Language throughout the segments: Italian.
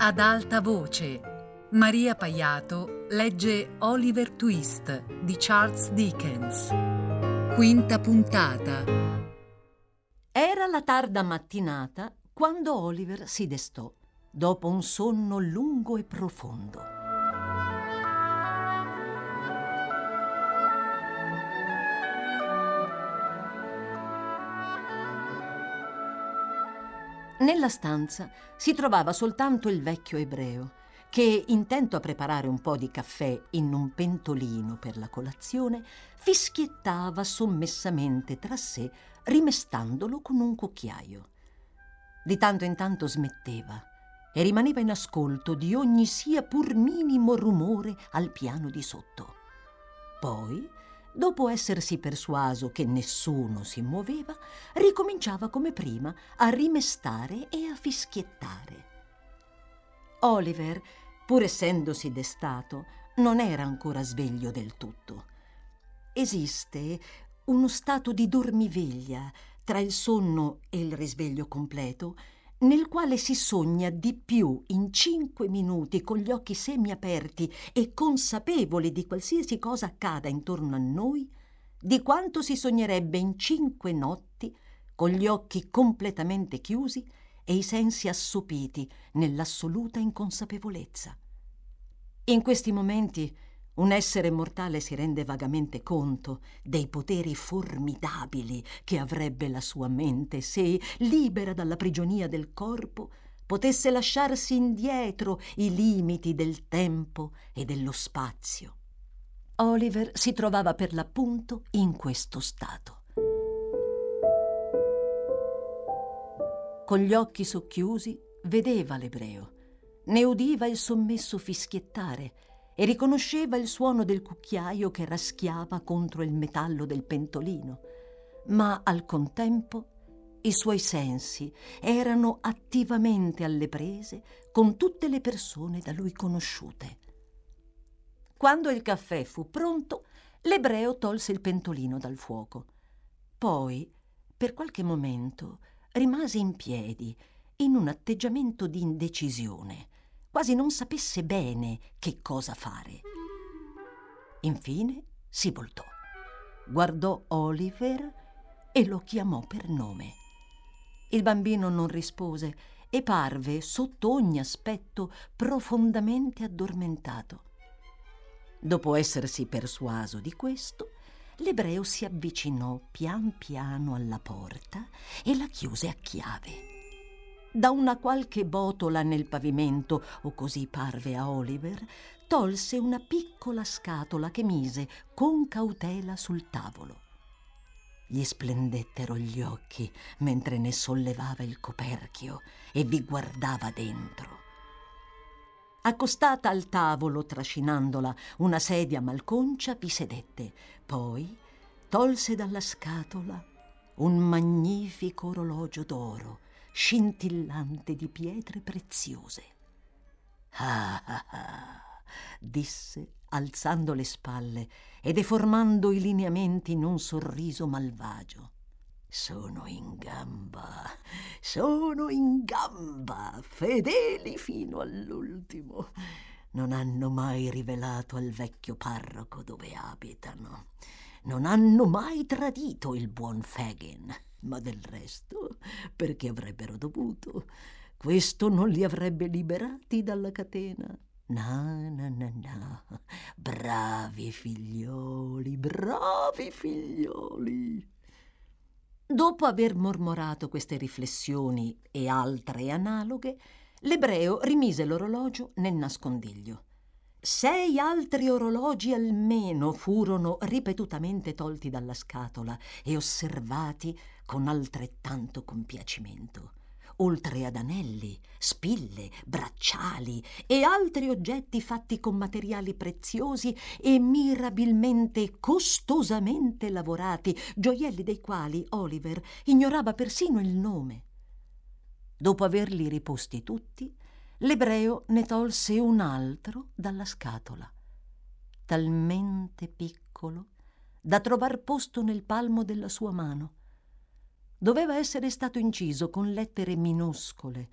Ad alta voce, Maria Paiato legge Oliver Twist di Charles Dickens. Quinta puntata. Era la tarda mattinata quando Oliver si destò, dopo un sonno lungo e profondo. Nella stanza si trovava soltanto il vecchio ebreo, che, intento a preparare un po' di caffè in un pentolino per la colazione, fischiettava sommessamente tra sé, rimestandolo con un cucchiaio. Di tanto in tanto smetteva e rimaneva in ascolto di ogni sia pur minimo rumore al piano di sotto. Poi, dopo essersi persuaso che nessuno si muoveva, ricominciava come prima a rimestare e a fischiettare. Oliver, pur essendosi destato, non era ancora sveglio del tutto. Esiste uno stato di dormiveglia tra il sonno e il risveglio completo, nel quale si sogna di più in 5 minuti con gli occhi semiaperti e consapevoli di qualsiasi cosa accada intorno a noi, di quanto si sognerebbe in 5 notti con gli occhi completamente chiusi e i sensi assopiti nell'assoluta inconsapevolezza. In questi momenti un essere mortale si rende vagamente conto dei poteri formidabili che avrebbe la sua mente se, libera dalla prigionia del corpo, potesse lasciarsi indietro i limiti del tempo e dello spazio. Oliver si trovava per l'appunto in questo stato. Con gli occhi socchiusi vedeva l'ebreo, ne udiva il sommesso fischiettare e riconosceva il suono del cucchiaio che raschiava contro il metallo del pentolino, ma al contempo i suoi sensi erano attivamente alle prese con tutte le persone da lui conosciute. Quando il caffè fu pronto, l'ebreo tolse il pentolino dal fuoco. Poi, per qualche momento, rimase in piedi, in un atteggiamento di indecisione, quasi non sapesse bene che cosa fare. Infine si voltò, guardò Oliver e lo chiamò per nome. Il bambino non rispose e parve, sotto ogni aspetto, profondamente addormentato. Dopo essersi persuaso di questo, l'ebreo si avvicinò pian piano alla porta e la chiuse a chiave. Da una qualche botola nel pavimento, o così parve a Oliver, tolse una piccola scatola che mise con cautela sul tavolo. Gli splendettero gli occhi mentre ne sollevava il coperchio e vi guardava dentro. Accostata al tavolo, trascinandola, una sedia malconcia, vi sedette. Poi tolse dalla scatola un magnifico orologio d'oro, scintillante di pietre preziose. Ah, ah, ah, disse, alzando le spalle e deformando i lineamenti in un sorriso malvagio. Sono in gamba, fedeli fino all'ultimo. Non hanno mai rivelato al vecchio parroco dove abitano. Non hanno mai tradito il buon Fagin, ma del resto, perché avrebbero dovuto? Questo non li avrebbe liberati dalla catena. No, no, no, no. Bravi figlioli, bravi figlioli. Dopo aver mormorato queste riflessioni e altre analoghe, l'ebreo rimise l'orologio nel nascondiglio. 6 altri orologi almeno furono ripetutamente tolti dalla scatola e osservati con altrettanto compiacimento, oltre ad anelli, spille, bracciali e altri oggetti fatti con materiali preziosi e mirabilmente, costosamente lavorati, gioielli dei quali Oliver ignorava persino il nome. Dopo averli riposti tutti, l'ebreo ne tolse un altro dalla scatola, talmente piccolo da trovar posto nel palmo della sua mano. Doveva essere stato inciso con lettere minuscole,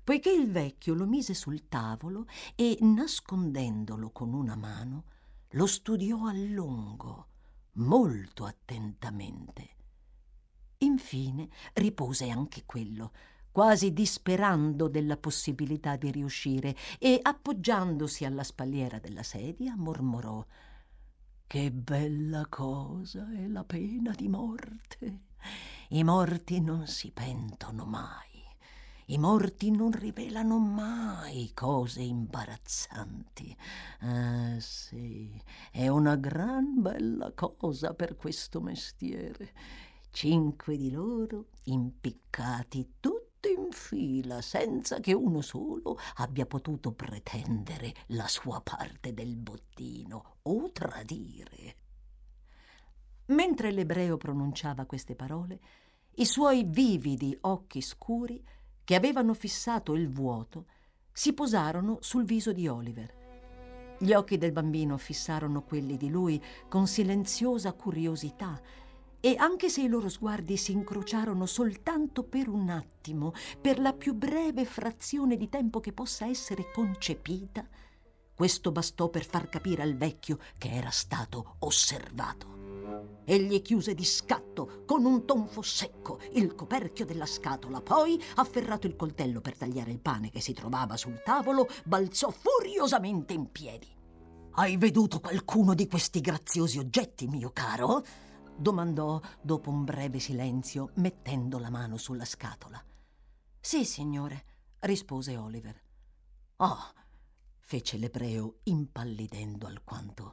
poiché il vecchio lo mise sul tavolo e, nascondendolo con una mano, lo studiò a lungo, molto attentamente. Infine ripose anche quello, quasi disperando della possibilità di riuscire, e, appoggiandosi alla spalliera della sedia, mormorò: «Che bella cosa è la pena di morte! I morti non si pentono mai. I morti non rivelano mai cose imbarazzanti. Ah, sì, è una gran bella cosa per questo mestiere. 5 di loro impiccati tutti in fila, senza che uno solo abbia potuto pretendere la sua parte del bottino o tradire». Mentre l'ebreo pronunciava queste parole, i suoi vividi occhi scuri, che avevano fissato il vuoto, si posarono sul viso di Oliver. Gli occhi del bambino fissarono quelli di lui con silenziosa curiosità, e anche se i loro sguardi si incrociarono soltanto per un attimo, per la più breve frazione di tempo che possa essere concepita, questo bastò per far capire al vecchio che era stato osservato. Egli chiuse di scatto, con un tonfo secco, il coperchio della scatola, poi, afferrato il coltello per tagliare il pane che si trovava sul tavolo, balzò furiosamente in piedi. «Hai veduto qualcuno di questi graziosi oggetti, mio caro?» domandò dopo un breve silenzio, mettendo la mano sulla scatola. «Sì, signore», rispose Oliver. «Ah», fece l'ebreo, impallidendo alquanto.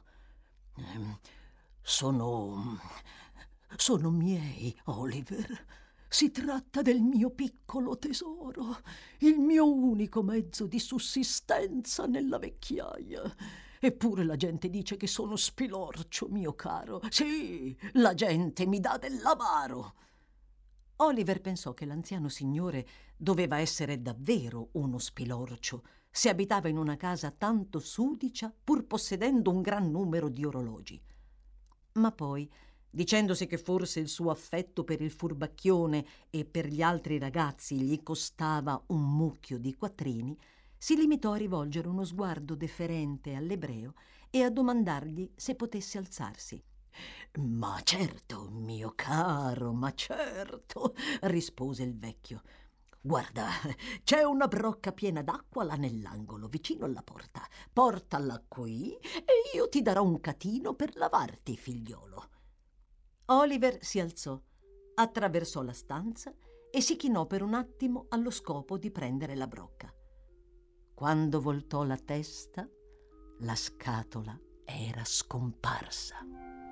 Sono miei, Oliver. Si tratta del mio piccolo tesoro, il mio unico mezzo di sussistenza nella vecchiaia. Eppure la gente dice che sono spilorcio, mio caro. Sì, la gente mi dà dell'avaro». Oliver pensò che l'anziano signore doveva essere davvero uno spilorcio, se abitava in una casa tanto sudicia, pur possedendo un gran numero di orologi. Ma poi, dicendosi che forse il suo affetto per il furbacchione e per gli altri ragazzi gli costava un mucchio di quattrini, si limitò a rivolgere uno sguardo deferente all'ebreo e a domandargli se potesse alzarsi. «Ma certo, mio caro, ma certo», rispose il vecchio. «Guarda, c'è una brocca piena d'acqua là nell'angolo, vicino alla porta. Portala qui e io ti darò un catino per lavarti, figliolo». Oliver si alzò, attraversò la stanza e si chinò per un attimo allo scopo di prendere la brocca. Quando voltò la testa, la scatola era scomparsa.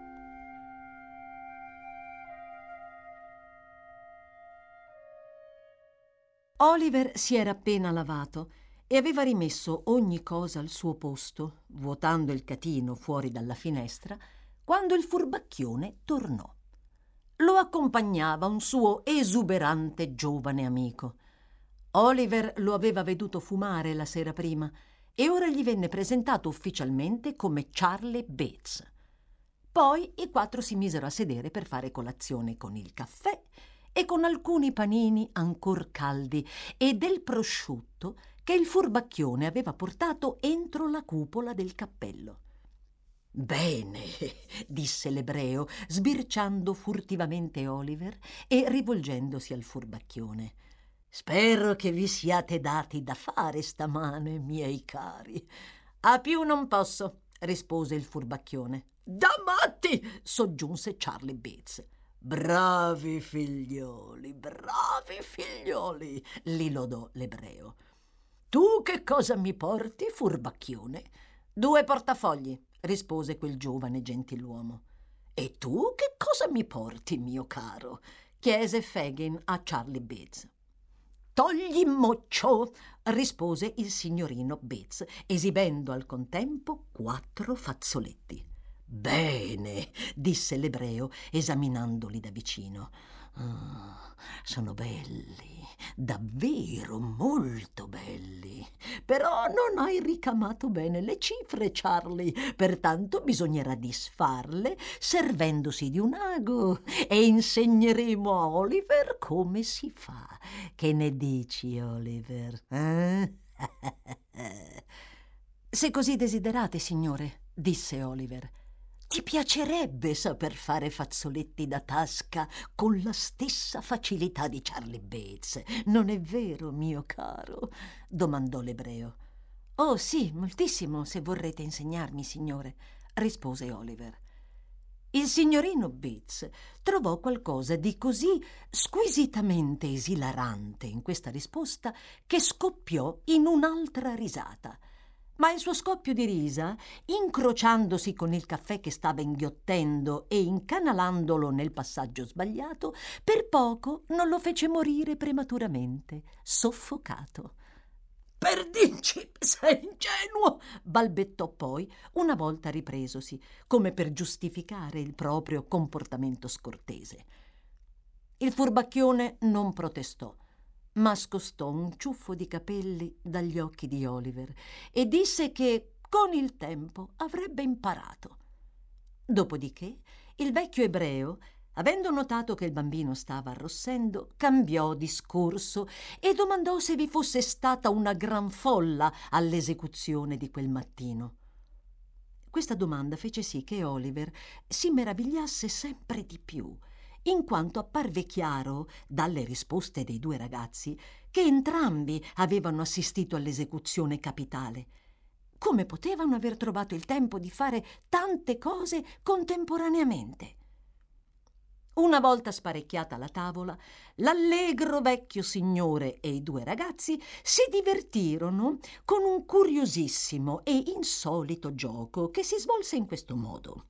Oliver si era appena lavato e aveva rimesso ogni cosa al suo posto, vuotando il catino fuori dalla finestra, quando il furbacchione tornò. Lo accompagnava un suo esuberante giovane amico. Oliver lo aveva veduto fumare la sera prima e ora gli venne presentato ufficialmente come Charlie Bates. Poi i 4 si misero a sedere per fare colazione con il caffè e con alcuni panini ancor caldi e del prosciutto che il furbacchione aveva portato entro la cupola del cappello. «Bene», disse l'ebreo, sbirciando furtivamente Oliver e rivolgendosi al furbacchione. «Spero che vi siate dati da fare stamane, miei cari». «A più non posso», rispose il furbacchione. «Da matti», soggiunse Charlie Bates. Bravi figlioli, li lodò l'ebreo. «Tu che cosa mi porti, furbacchione?» «2 portafogli», rispose quel giovane gentiluomo. «E tu che cosa mi porti, mio caro?» chiese Fagin a Charlie Bates. «Togli moccio», rispose il signorino Bates, esibendo al contempo 4 fazzoletti. «Bene», disse l'ebreo, esaminandoli da vicino. Sono belli, davvero molto belli. Però non hai ricamato bene le cifre, Charlie, pertanto bisognerà disfarle servendosi di un ago e insegneremo a Oliver come si fa. Che ne dici, Oliver? Se così desiderate, signore, disse Oliver. Ti piacerebbe saper fare fazzoletti da tasca con la stessa facilità di Charlie Bates, non è vero, mio caro? Domandò l'ebreo. Oh sì, moltissimo, se vorrete insegnarmi, signore, rispose Oliver. Il signorino Bates trovò qualcosa di così squisitamente esilarante in questa risposta che scoppiò in un'altra risata. Ma il suo scoppio di risa, incrociandosi con il caffè che stava inghiottendo e incanalandolo nel passaggio sbagliato, per poco non lo fece morire prematuramente, soffocato. «Perdici, sei ingenuo!» balbettò poi, una volta ripresosi, come per giustificare il proprio comportamento scortese. Il furbacchione non protestò, ma scostò un ciuffo di capelli dagli occhi di Oliver e disse che con il tempo avrebbe imparato. Dopodiché il vecchio ebreo, avendo notato che il bambino stava arrossendo, cambiò discorso e domandò se vi fosse stata una gran folla all'esecuzione di quel mattino. Questa domanda fece sì che Oliver si meravigliasse sempre di più, in quanto apparve chiaro, dalle risposte dei due ragazzi, che entrambi avevano assistito all'esecuzione capitale. Come potevano aver trovato il tempo di fare tante cose contemporaneamente? Una volta sparecchiata la tavola, l'allegro vecchio signore e i due ragazzi si divertirono con un curiosissimo e insolito gioco che si svolse in questo modo.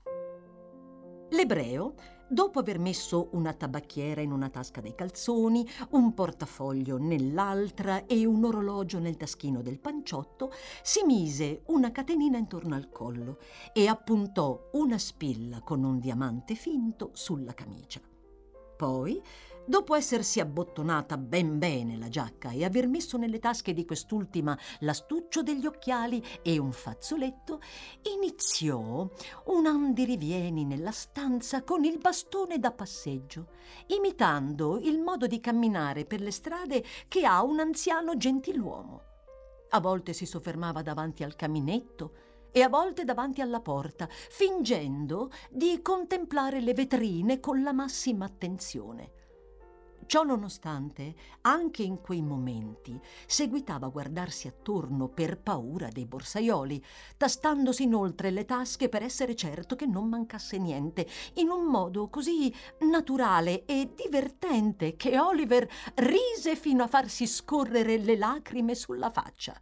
L'ebreo, dopo aver messo una tabacchiera in una tasca dei calzoni, un portafoglio nell'altra e un orologio nel taschino del panciotto, si mise una catenina intorno al collo e appuntò una spilla con un diamante finto sulla camicia. Poi, dopo essersi abbottonata ben bene la giacca e aver messo nelle tasche di quest'ultima l'astuccio degli occhiali e un fazzoletto, iniziò un andirivieni nella stanza con il bastone da passeggio, imitando il modo di camminare per le strade che ha un anziano gentiluomo. A volte si soffermava davanti al caminetto e a volte davanti alla porta, fingendo di contemplare le vetrine con la massima attenzione. Ciò nonostante, anche in quei momenti seguitava a guardarsi attorno per paura dei borsaioli, tastandosi inoltre le tasche per essere certo che non mancasse niente, in un modo così naturale e divertente che Oliver rise fino a farsi scorrere le lacrime sulla faccia.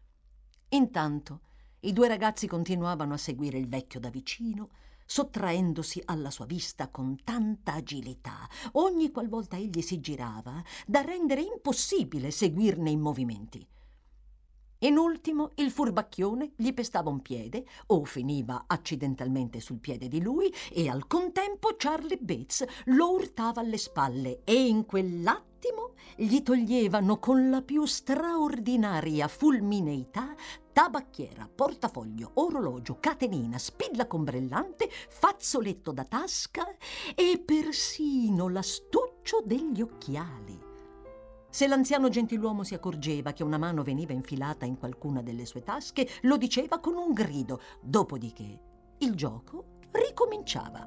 Intanto i due ragazzi continuavano a seguire il vecchio da vicino, sottraendosi alla sua vista con tanta agilità, ogni qualvolta egli si girava, da rendere impossibile seguirne i movimenti. In ultimo il furbacchione gli pestava un piede o finiva accidentalmente sul piede di lui e al contempo Charlie Bates lo urtava alle spalle e in quell'attimo gli toglievano con la più straordinaria fulmineità tabacchiera, portafoglio, orologio, catenina, spilla con brillante, fazzoletto da tasca e persino l'astuccio degli occhiali. Se l'anziano gentiluomo si accorgeva che una mano veniva infilata in qualcuna delle sue tasche, lo diceva con un grido, dopodiché il gioco ricominciava.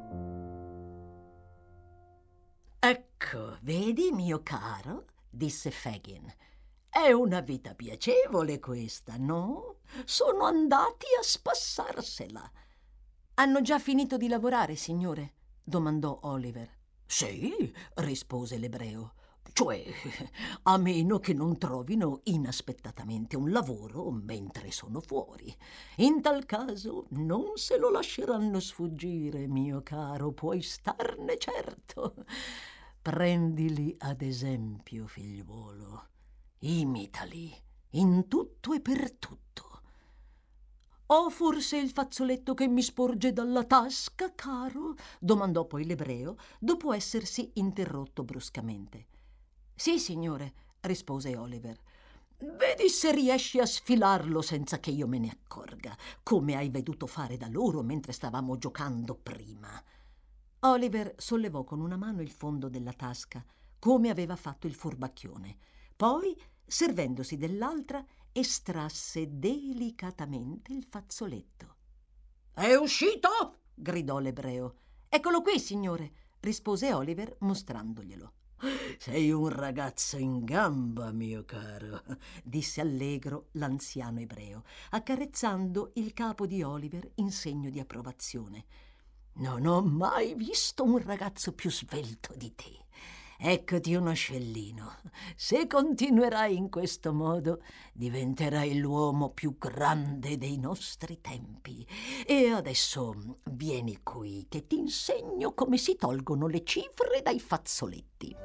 «Ecco, vedi, mio caro», disse Fagin, «è una vita piacevole questa, no? Sono andati a spassarsela». «Hanno già finito di lavorare, signore?» domandò Oliver. «Sì», rispose l'ebreo. «Cioè, a meno che non trovino inaspettatamente un lavoro mentre sono fuori. In tal caso non se lo lasceranno sfuggire, mio caro, puoi starne certo. Prendili ad esempio, figliuolo. Imitali in tutto e per tutto». «Ho forse il fazzoletto che mi sporge dalla tasca, caro?» domandò poi l'ebreo, dopo essersi interrotto bruscamente. «Sì, signore», rispose Oliver. «Vedi se riesci a sfilarlo senza che io me ne accorga, come hai veduto fare da loro mentre stavamo giocando prima». Oliver sollevò con una mano il fondo della tasca, come aveva fatto il furbacchione. Poi, servendosi dell'altra, estrasse delicatamente il fazzoletto. «È uscito?» gridò l'ebreo. «Eccolo qui, signore», rispose Oliver mostrandoglielo. «Sei un ragazzo in gamba, mio caro», disse allegro l'anziano ebreo, accarezzando il capo di Oliver in segno di approvazione. «Non ho mai visto un ragazzo più svelto di te. Eccoti uno scellino. Se continuerai in questo modo, diventerai l'uomo più grande dei nostri tempi. E adesso vieni qui, che ti insegno come si tolgono le cifre dai fazzoletti».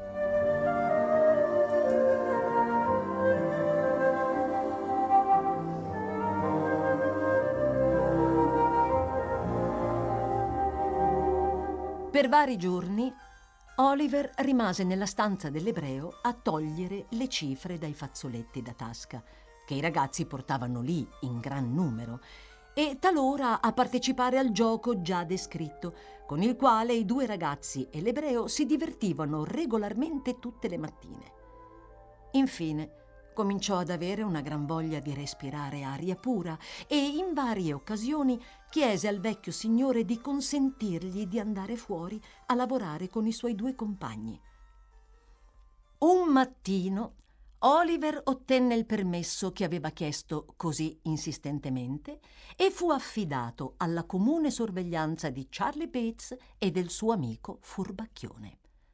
Per vari giorni Oliver rimase nella stanza dell'ebreo a togliere le cifre dai fazzoletti da tasca, che i ragazzi portavano lì in gran numero, e talora a partecipare al gioco già descritto, con il quale i due ragazzi e l'ebreo si divertivano regolarmente tutte le mattine. Infine cominciò ad avere una gran voglia di respirare aria pura e in varie occasioni chiese al vecchio signore di consentirgli di andare fuori a lavorare con i suoi due compagni. Un mattino Oliver ottenne il permesso che aveva chiesto così insistentemente e fu affidato alla comune sorveglianza di Charlie Bates e del suo amico Furbacchione.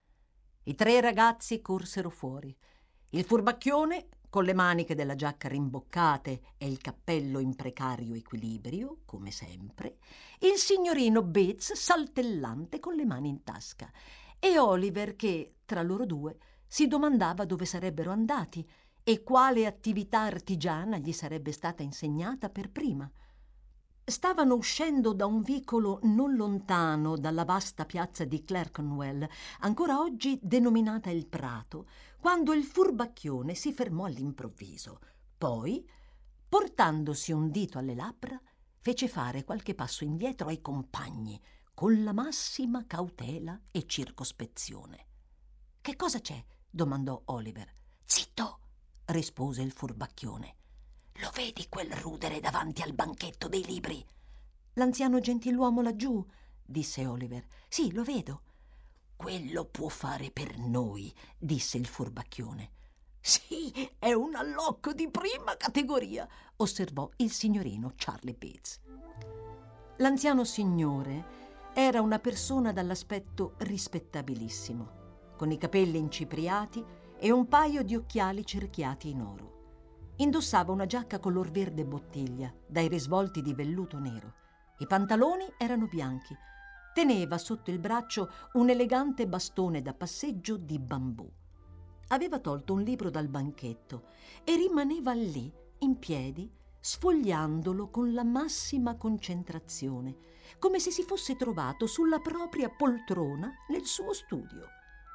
I tre ragazzi corsero fuori. Il furbacchione, con le maniche della giacca rimboccate e il cappello in precario equilibrio, come sempre, il signorino Bates saltellante con le mani in tasca, e Oliver che, tra loro due, si domandava dove sarebbero andati e quale attività artigiana gli sarebbe stata insegnata per prima. Stavano uscendo da un vicolo non lontano dalla vasta piazza di Clerkenwell, ancora oggi denominata il Prato, quando il furbacchione si fermò all'improvviso. Poi, portandosi un dito alle labbra, fece fare qualche passo indietro ai compagni, con la massima cautela e circospezione. «Che cosa c'è?» domandò Oliver. «Zitto!» rispose il furbacchione. «Lo vedi quel rudere davanti al banchetto dei libri?» «L'anziano gentiluomo laggiù?» disse Oliver. «Sì, lo vedo». «Quello può fare per noi», disse il furbacchione. «Sì, è un allocco di prima categoria», osservò il signorino Charlie Bates. L'anziano signore era una persona dall'aspetto rispettabilissimo, con i capelli incipriati e un paio di occhiali cerchiati in oro. Indossava una giacca color verde bottiglia, dai risvolti di velluto nero. I pantaloni erano bianchi. Teneva sotto il braccio un elegante bastone da passeggio di bambù. Aveva tolto un libro dal banchetto e rimaneva lì, in piedi, sfogliandolo con la massima concentrazione, come se si fosse trovato sulla propria poltrona nel suo studio.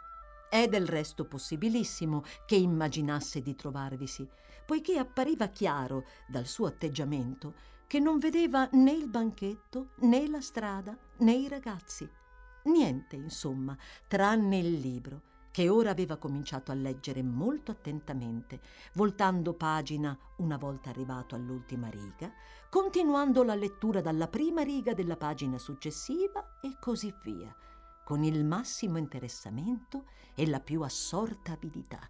È del resto possibilissimo che immaginasse di trovarvisi, poiché appariva chiaro dal suo atteggiamento che non vedeva né il banchetto, né la strada, né i ragazzi. Niente, insomma, tranne il libro, che ora aveva cominciato a leggere molto attentamente, voltando pagina una volta arrivato all'ultima riga, continuando la lettura dalla prima riga della pagina successiva e così via, con il massimo interessamento e la più assorta avidità.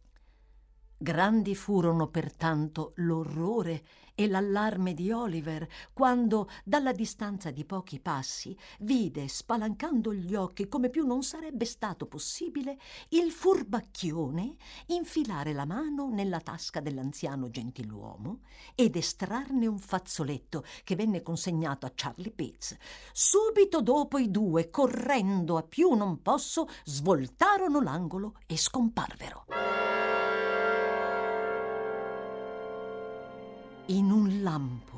Grandi furono pertanto l'orrore e l'allarme di Oliver quando, dalla distanza di pochi passi, vide, spalancando gli occhi come più non sarebbe stato possibile, il furbacchione infilare la mano nella tasca dell'anziano gentiluomo ed estrarne un fazzoletto che venne consegnato a Charlie Bates. Subito dopo i due, correndo a più non posso, svoltarono l'angolo e scomparvero. In un lampo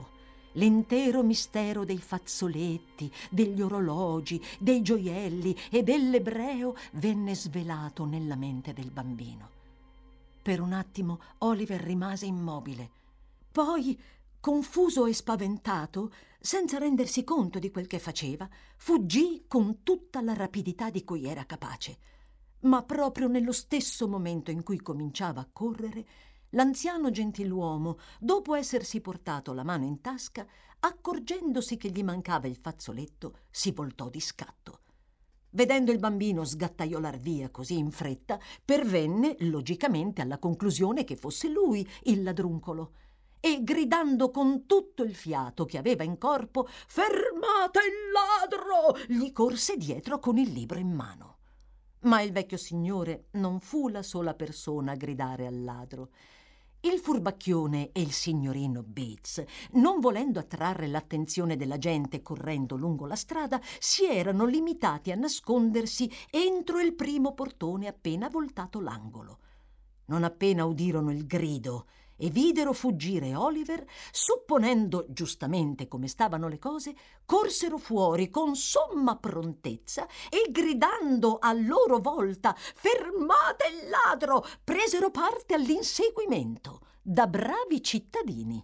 L'intero mistero dei fazzoletti, degli orologi, dei gioielli e dell'ebreo venne svelato nella mente del bambino. Per un attimo Oliver rimase immobile. Poi, confuso e spaventato, senza rendersi conto di quel che faceva, fuggì con tutta la rapidità di cui era capace. Ma proprio nello stesso momento in cui cominciava a correre, l'anziano gentiluomo, dopo essersi portato la mano in tasca, accorgendosi che gli mancava il fazzoletto, si voltò di scatto. Vedendo il bambino sgattaiolar via così in fretta, pervenne logicamente alla conclusione che fosse lui il ladruncolo e, gridando con tutto il fiato che aveva in corpo «Fermate il ladro!», gli corse dietro con il libro in mano. Ma il vecchio signore non fu la sola persona a gridare al ladro. Il furbacchione e il signorino Bates, non volendo attrarre l'attenzione della gente correndo lungo la strada, si erano limitati a nascondersi entro il primo portone appena voltato l'angolo. Non appena udirono il grido e videro fuggire Oliver, supponendo giustamente come stavano le cose, corsero fuori con somma prontezza e, gridando a loro volta «Fermate il ladro!», presero parte all'inseguimento da bravi cittadini.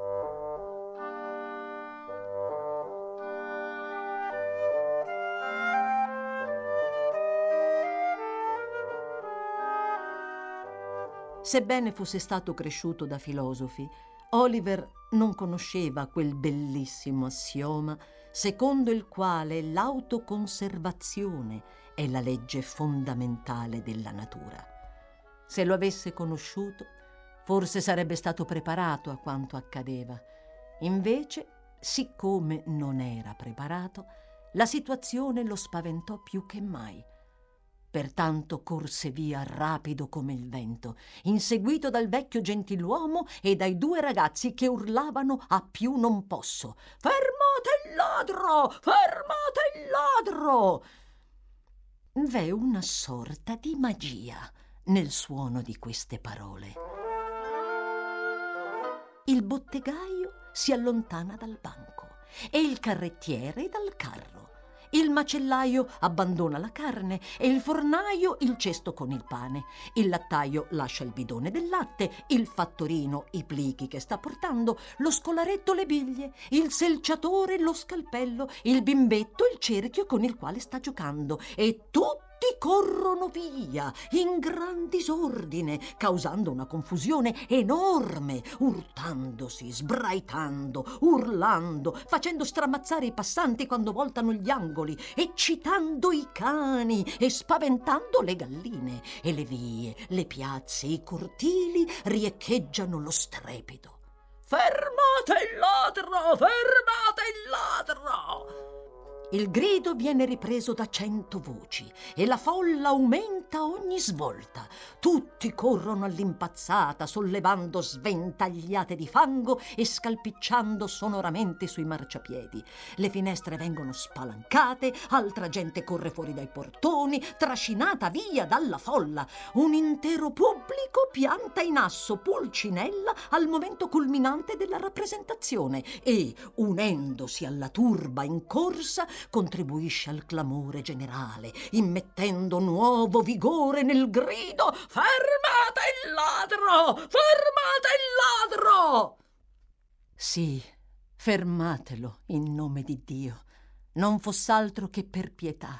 Sebbene fosse stato cresciuto da filosofi, Oliver non conosceva quel bellissimo assioma secondo il quale l'autoconservazione è la legge fondamentale della natura. Se lo avesse conosciuto, forse sarebbe stato preparato a quanto accadeva. Invece, siccome non era preparato, la situazione lo spaventò più che mai. Pertanto corse via rapido come il vento, inseguito dal vecchio gentiluomo e dai due ragazzi che urlavano a più non posso: «Fermate il ladro! Fermate il ladro!». V'è una sorta di magia nel suono di queste parole. Il bottegaio si allontana dal banco e il carrettiere dal carro. Il macellaio abbandona la carne e il fornaio il cesto con il pane. Il lattaio lascia il bidone del latte, il fattorino i plichi che sta portando, lo scolaretto le biglie, il selciatore lo scalpello, il bimbetto il cerchio con il quale sta giocando, e tutti corrono via in gran disordine, causando una confusione enorme, urtandosi, sbraitando, urlando, facendo stramazzare i passanti quando voltano gli angoli, eccitando i cani e spaventando le galline, e le vie, le piazze, i cortili riecheggiano lo strepito. «Fermate il ladro! Fermate il ladro!». Il grido viene ripreso da 100 voci e la folla aumenta a ogni svolta. Tutti corrono all'impazzata, sollevando sventagliate di fango e scalpicciando sonoramente sui marciapiedi. Le finestre vengono spalancate, altra gente corre fuori dai portoni, trascinata via dalla folla. Un intero pubblico pianta in asso Pulcinella al momento culminante della rappresentazione e, unendosi alla turba in corsa, contribuisce al clamore generale, immettendo nuovo vigore nel grido: «Fermate il ladro! Fermate il ladro!». Sì, fermatelo in nome di Dio, non foss'altro che per pietà.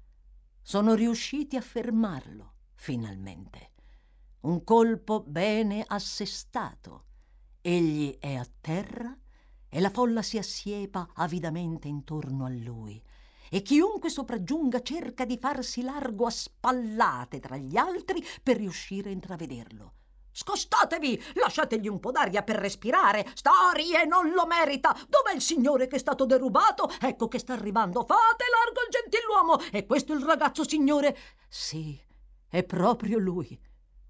Sono riusciti a fermarlo, finalmente. Un colpo bene assestato. Egli è a terra e la folla si assiepa avidamente intorno a lui, e chiunque sopraggiunga cerca di farsi largo a spallate tra gli altri per riuscire a intravederlo. «Scostatevi! Lasciategli un po' d'aria per respirare! Storie, non lo merita! Dov'è il signore che è stato derubato? Ecco che sta arrivando! Fate largo il gentiluomo! È questo il ragazzo, signore?» «Sì, è proprio lui».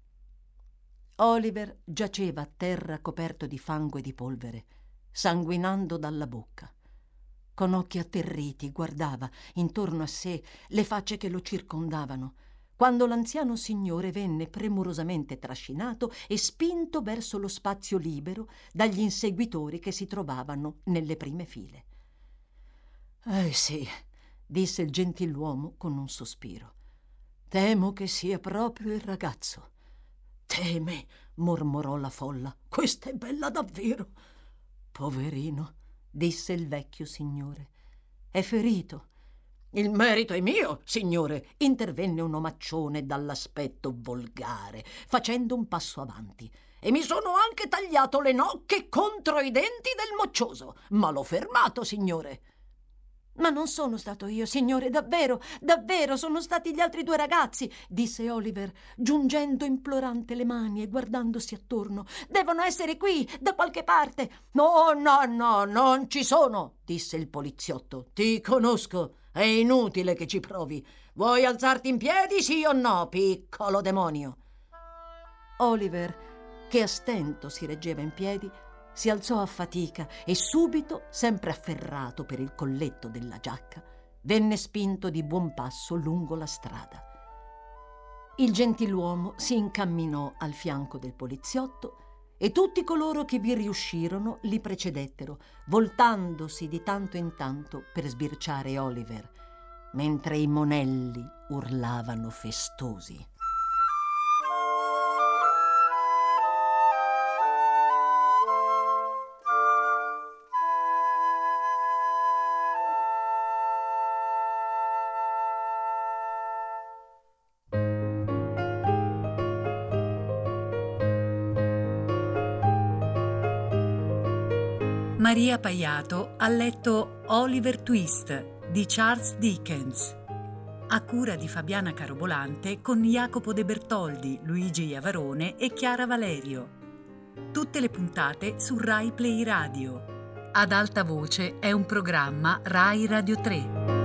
Oliver giaceva a terra coperto di fango e di polvere, sanguinando dalla bocca. Con occhi atterriti guardava intorno a sé le facce che lo circondavano, quando l'anziano signore venne premurosamente trascinato e spinto verso lo spazio libero dagli inseguitori che si trovavano nelle prime file. Sì, disse il gentiluomo con un sospiro. Temo che sia proprio il ragazzo. Teme, mormorò la folla. Questa è bella davvero. Poverino, disse il vecchio signore. È ferito. Il merito è mio, signore, intervenne un omaccione dall'aspetto volgare, facendo un passo avanti. E mi sono anche tagliato le nocche contro i denti del moccioso, ma l'ho fermato, signore. Ma non sono stato io, signore, davvero, davvero, sono stati gli altri 2 ragazzi, disse Oliver, giungendo implorante le mani e guardandosi attorno. Devono essere qui, da qualche parte. No, non ci sono, disse il poliziotto. Ti conosco, è inutile che ci provi. Vuoi alzarti in piedi, sì o no, piccolo demonio? Oliver, che a stento si reggeva in piedi, si alzò a fatica e subito, sempre afferrato per il colletto della giacca, venne spinto di buon passo lungo la strada. Il gentiluomo si incamminò al fianco del poliziotto e tutti coloro che vi riuscirono li precedettero, voltandosi di tanto in tanto per sbirciare Oliver, mentre i monelli urlavano festosi. Maria Paiato ha letto Oliver Twist di Charles Dickens, a cura di Fabiana Carobolante con Jacopo De Bertoldi, Luigi Iavarone e Chiara Valerio. Tutte le puntate su Rai Play Radio. Ad alta voce è un programma Rai Radio 3.